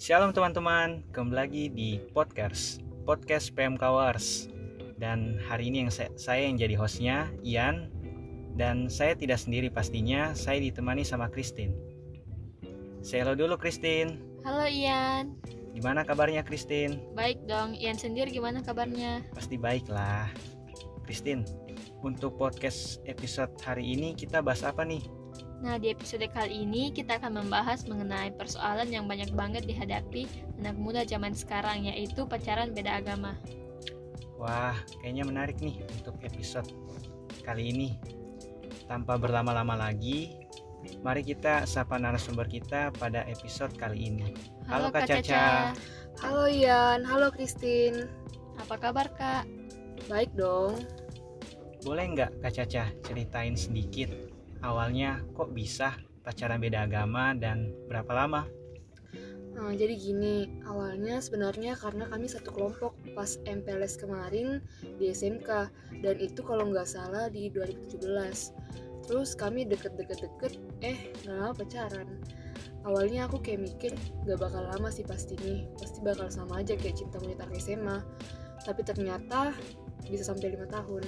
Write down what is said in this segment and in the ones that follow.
Shalom teman-teman, kembali lagi di podcast PMK Wars. Dan hari ini saya yang jadi hostnya, Ian. Dan saya tidak sendiri pastinya, saya ditemani sama Christine. Say hello dulu Christine. Halo Ian. Gimana kabarnya Christine? Baik dong, Ian sendiri gimana kabarnya? Pasti baik lah. Christine, untuk podcast episode hari ini kita bahas apa nih? Nah, di episode kali ini kita akan membahas mengenai persoalan yang banyak banget dihadapi anak muda zaman sekarang, yaitu pacaran beda agama. Wah, kayaknya menarik nih untuk episode kali ini. Tanpa berlama-lama lagi, mari kita sapa narasumber kita pada episode kali ini. Halo Kak Caca. Halo Ian, halo Christine. Apa kabar Kak? Baik dong. Boleh nggak Kak Caca ceritain sedikit awalnya kok bisa pacaran beda agama dan berapa lama? Jadi gini, awalnya sebenarnya karena kami satu kelompok pas MPLS kemarin di SMK. Dan itu kalau nggak salah di 2017. Terus kami deket-deket, nggak lama pacaran. Awalnya aku kayak mikir nggak bakal lama sih pastinya. Pasti bakal sama aja kayak cinta monyet anak SMA. Tapi ternyata bisa sampai 5 tahun.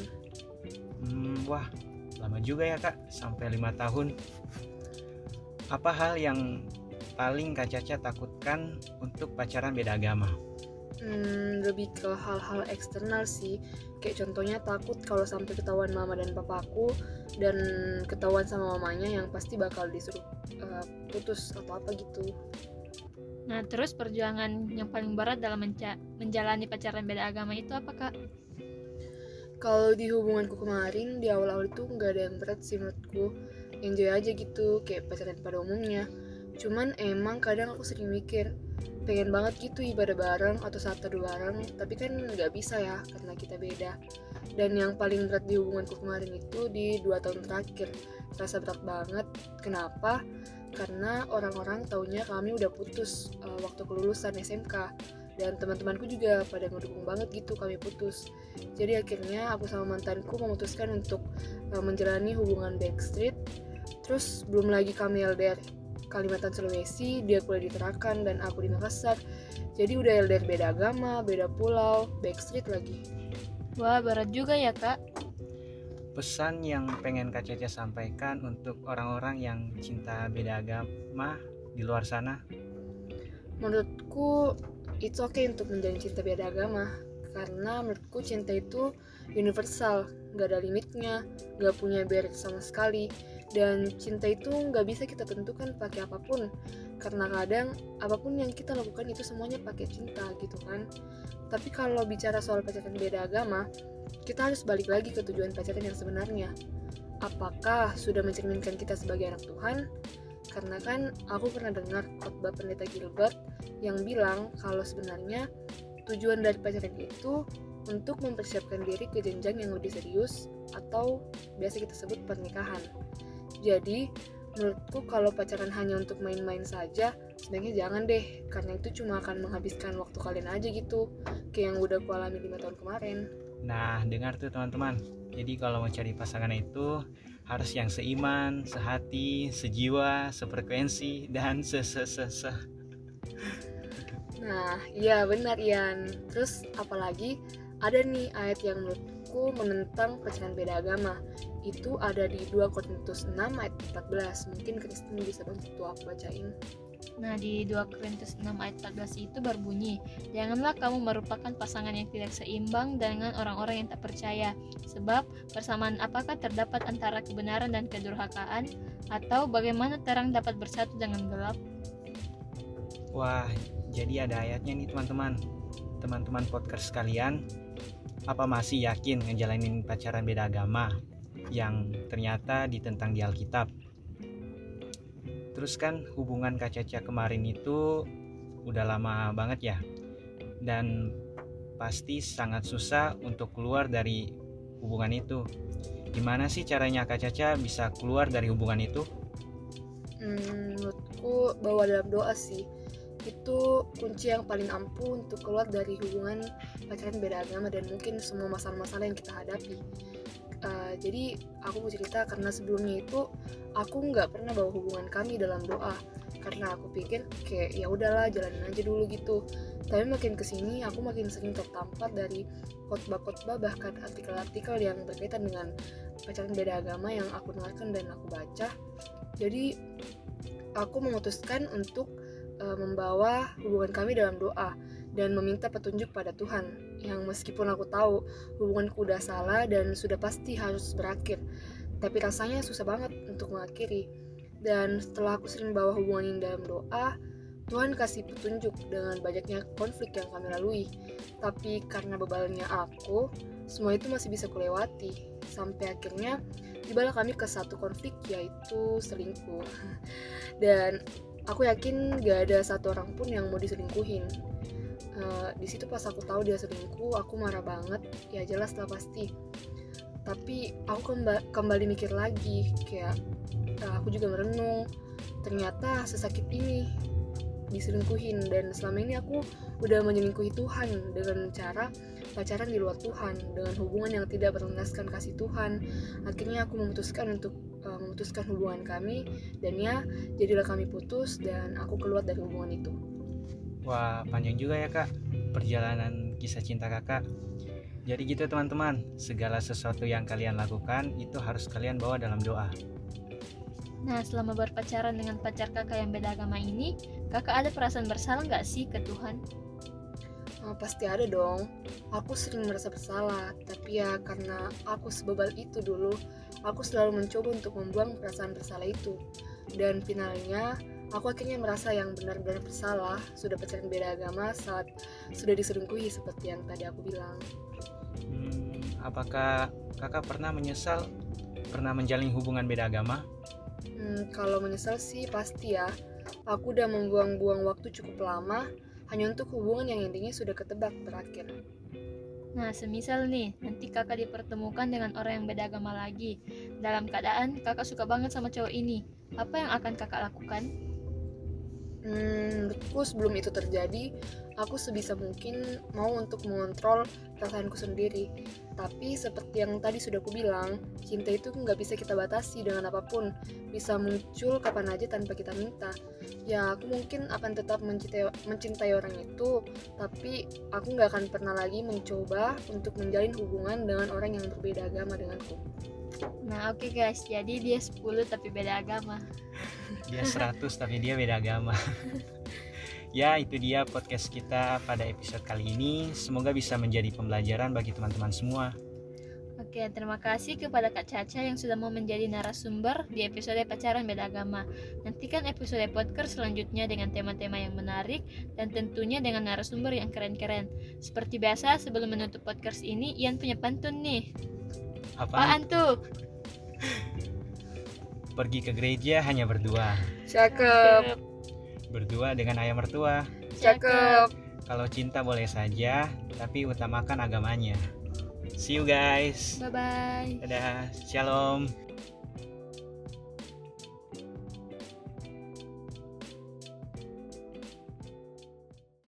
Wah, lama juga ya Kak, sampai 5 tahun. Apa hal yang paling Kak Caca takutkan untuk pacaran beda agama? Lebih ke hal-hal eksternal sih. Kayak contohnya takut kalau sampai ketahuan mama dan papaku dan ketahuan sama mamanya yang pasti bakal disuruh putus atau apa gitu. Nah, terus perjuangan yang paling berat dalam menjalani pacaran beda agama itu apa Kak? Kalau di hubunganku kemarin, di awal-awal itu nggak ada yang berat sih menurutku. Enjoy aja gitu, kayak pacaran pada umumnya. Cuman emang kadang aku sering mikir, pengen banget gitu ibadah bareng atau saat teduh bareng, tapi kan nggak bisa ya karena kita beda. Dan yang paling berat di hubunganku kemarin itu di 2 tahun terakhir. Terasa berat banget. Kenapa? Karena orang-orang taunya kami udah putus waktu kelulusan SMK. Dan teman-temanku juga pada ngedukung banget gitu kami putus. Jadi akhirnya aku sama mantanku memutuskan untuk menjalani hubungan backstreet. Terus belum lagi kami LDR Kalimantan Sulawesi, dia kuliah di Tarakan dan aku di Makassar. Jadi udah LDR beda agama, beda pulau, backstreet lagi. Wah, berat juga ya Kak. Pesan yang pengen Kak Caca sampaikan untuk orang-orang yang cinta beda agama di luar sana? Menurutku it's okay untuk menjalin cinta beda agama. Karena menurutku cinta itu universal, gak ada limitnya, gak punya barrier sama sekali. Dan cinta itu gak bisa kita tentukan pakai apapun. Karena kadang apapun yang kita lakukan itu semuanya pakai cinta gitu kan. Tapi kalau bicara soal pacaran beda agama, kita harus balik lagi ke tujuan pacaran yang sebenarnya. Apakah sudah mencerminkan kita sebagai anak Tuhan? Karena kan aku pernah dengar khotbah pendeta Gilbert yang bilang kalau sebenarnya tujuan dari pacaran itu untuk mempersiapkan diri ke jenjang yang lebih serius atau biasa kita sebut pernikahan. Jadi menurutku kalau pacaran hanya untuk main-main saja, sebaiknya jangan deh, karena itu cuma akan menghabiskan waktu kalian aja gitu, kayak yang udah aku alami 5 tahun kemarin. Nah, dengar tuh teman-teman. Jadi kalau mau cari pasangan itu harus yang seiman, sehati, sejiwa, sefrekuensi, dan se. Nah, iya benar Ian. Terus apalagi ada nih ayat yang menurutku menentang pacaran beda agama. Itu ada di 2 Korintus 6 ayat 14. Mungkin Kristen bisa bantu aku bacain. Nah, di 2 Korintus 6 ayat 14 itu berbunyi, "Janganlah kamu merupakan pasangan yang tidak seimbang dengan orang-orang yang tak percaya, sebab persamaan apakah terdapat antara kebenaran dan kedurhakaan, atau bagaimana terang dapat bersatu dengan gelap?" Wah, jadi ada ayatnya nih teman-teman. Teman-teman podcast sekalian, apa masih yakin ngejalanin pacaran beda agama yang ternyata ditentang di Alkitab? Terus kan hubungan Kak Caca kemarin itu udah lama banget ya, dan pasti sangat susah untuk keluar dari hubungan itu. Gimana sih caranya Kak Caca bisa keluar dari hubungan itu? Menurutku bawa dalam doa sih. Itu kunci yang paling ampuh untuk keluar dari hubungan pacaran beda agama dan mungkin semua masalah-masalah yang kita hadapi. Jadi aku mau cerita karena sebelumnya itu aku nggak pernah bawa hubungan kami dalam doa. karena aku pikir kayak ya udahlah jalanin aja dulu gitu. Tapi makin kesini aku makin sering tertampar dari khotbah-khotbah bahkan artikel-artikel yang berkaitan dengan pacaran beda agama yang aku dengarkan dan aku baca. Jadi aku memutuskan untuk membawa hubungan kami dalam doa dan meminta petunjuk pada Tuhan, yang meskipun aku tahu hubunganku udah salah dan sudah pasti harus berakhir, tapi rasanya susah banget untuk mengakhiri. Dan setelah aku sering bawa hubungan ini dalam doa, Tuhan kasih petunjuk dengan banyaknya konflik yang kami lalui. Tapi karena bebalnya aku, semua itu masih bisa kulewati. Sampai akhirnya tibalah kami ke satu konflik, yaitu selingkuh. Dan aku yakin gak ada satu orang pun yang mau diselingkuhin. Di situ pas aku tahu dia selingkuh, aku marah banget. Ya jelas lah pasti. Tapi aku kembali mikir lagi, kayak aku juga merenung. Ternyata sesakit ini diselingkuhin, dan selama ini aku udah menyelingkuhi Tuhan dengan cara pacaran di luar Tuhan, dengan hubungan yang tidak berlandaskan kasih Tuhan. Akhirnya aku memutuskan untuk memutuskan hubungan kami, dan ya jadilah kami putus dan aku keluar dari hubungan itu. Wah, panjang juga ya kak perjalanan kisah cinta kakak. Jadi gitu teman-teman, segala sesuatu yang kalian lakukan itu harus kalian bawa dalam doa. Nah, selama berpacaran dengan pacar kakak yang beda agama ini, kakak ada perasaan bersalah nggak sih ke Tuhan? Pasti ada dong. Aku sering merasa bersalah, tapi ya karena aku sebebal itu dulu, aku selalu mencoba untuk membuang perasaan bersalah itu. Dan finalnya, aku akhirnya merasa yang benar-benar bersalah sudah pacaran beda agama saat sudah diselingkuhi seperti yang tadi aku bilang. Apakah kakak pernah menyesal pernah menjalin hubungan beda agama? Kalau menyesal sih pasti ya. Aku udah membuang-buang waktu cukup lama hanya untuk hubungan yang intinya sudah ketebak berakhir. Nah, semisal nih, nanti kakak dipertemukan dengan orang yang beda agama lagi. Dalam keadaan kakak suka banget sama cowok ini, apa yang akan kakak lakukan? Menurutku sebelum itu terjadi, aku sebisa mungkin mau untuk mengontrol perasaanku sendiri. Tapi seperti yang tadi sudah aku bilang, cinta itu nggak bisa kita batasi dengan apapun. Bisa muncul kapan aja tanpa kita minta. Ya aku mungkin akan tetap mencintai orang itu, tapi aku nggak akan pernah lagi mencoba untuk menjalin hubungan dengan orang yang berbeda agama denganku. Nah, oke guys, jadi dia 10 tapi beda agama. Dia 100 tapi dia beda agama. Ya, itu dia podcast kita pada episode kali ini. Semoga bisa menjadi pembelajaran bagi teman-teman semua. Oke, terima kasih kepada Kak Caca yang sudah mau menjadi narasumber di episode pacaran beda agama. Nantikan episode podcast selanjutnya dengan tema-tema yang menarik dan tentunya dengan narasumber yang keren-keren. Seperti biasa, sebelum menutup podcast ini, Ian punya pantun nih. Apaan tuh? Pergi ke gereja hanya berdua. Cakep. Berdua dengan ayah mertua. Cakep. Kalau cinta boleh saja, tapi utamakan agamanya. See you guys. Bye-bye. Dadah. Shalom.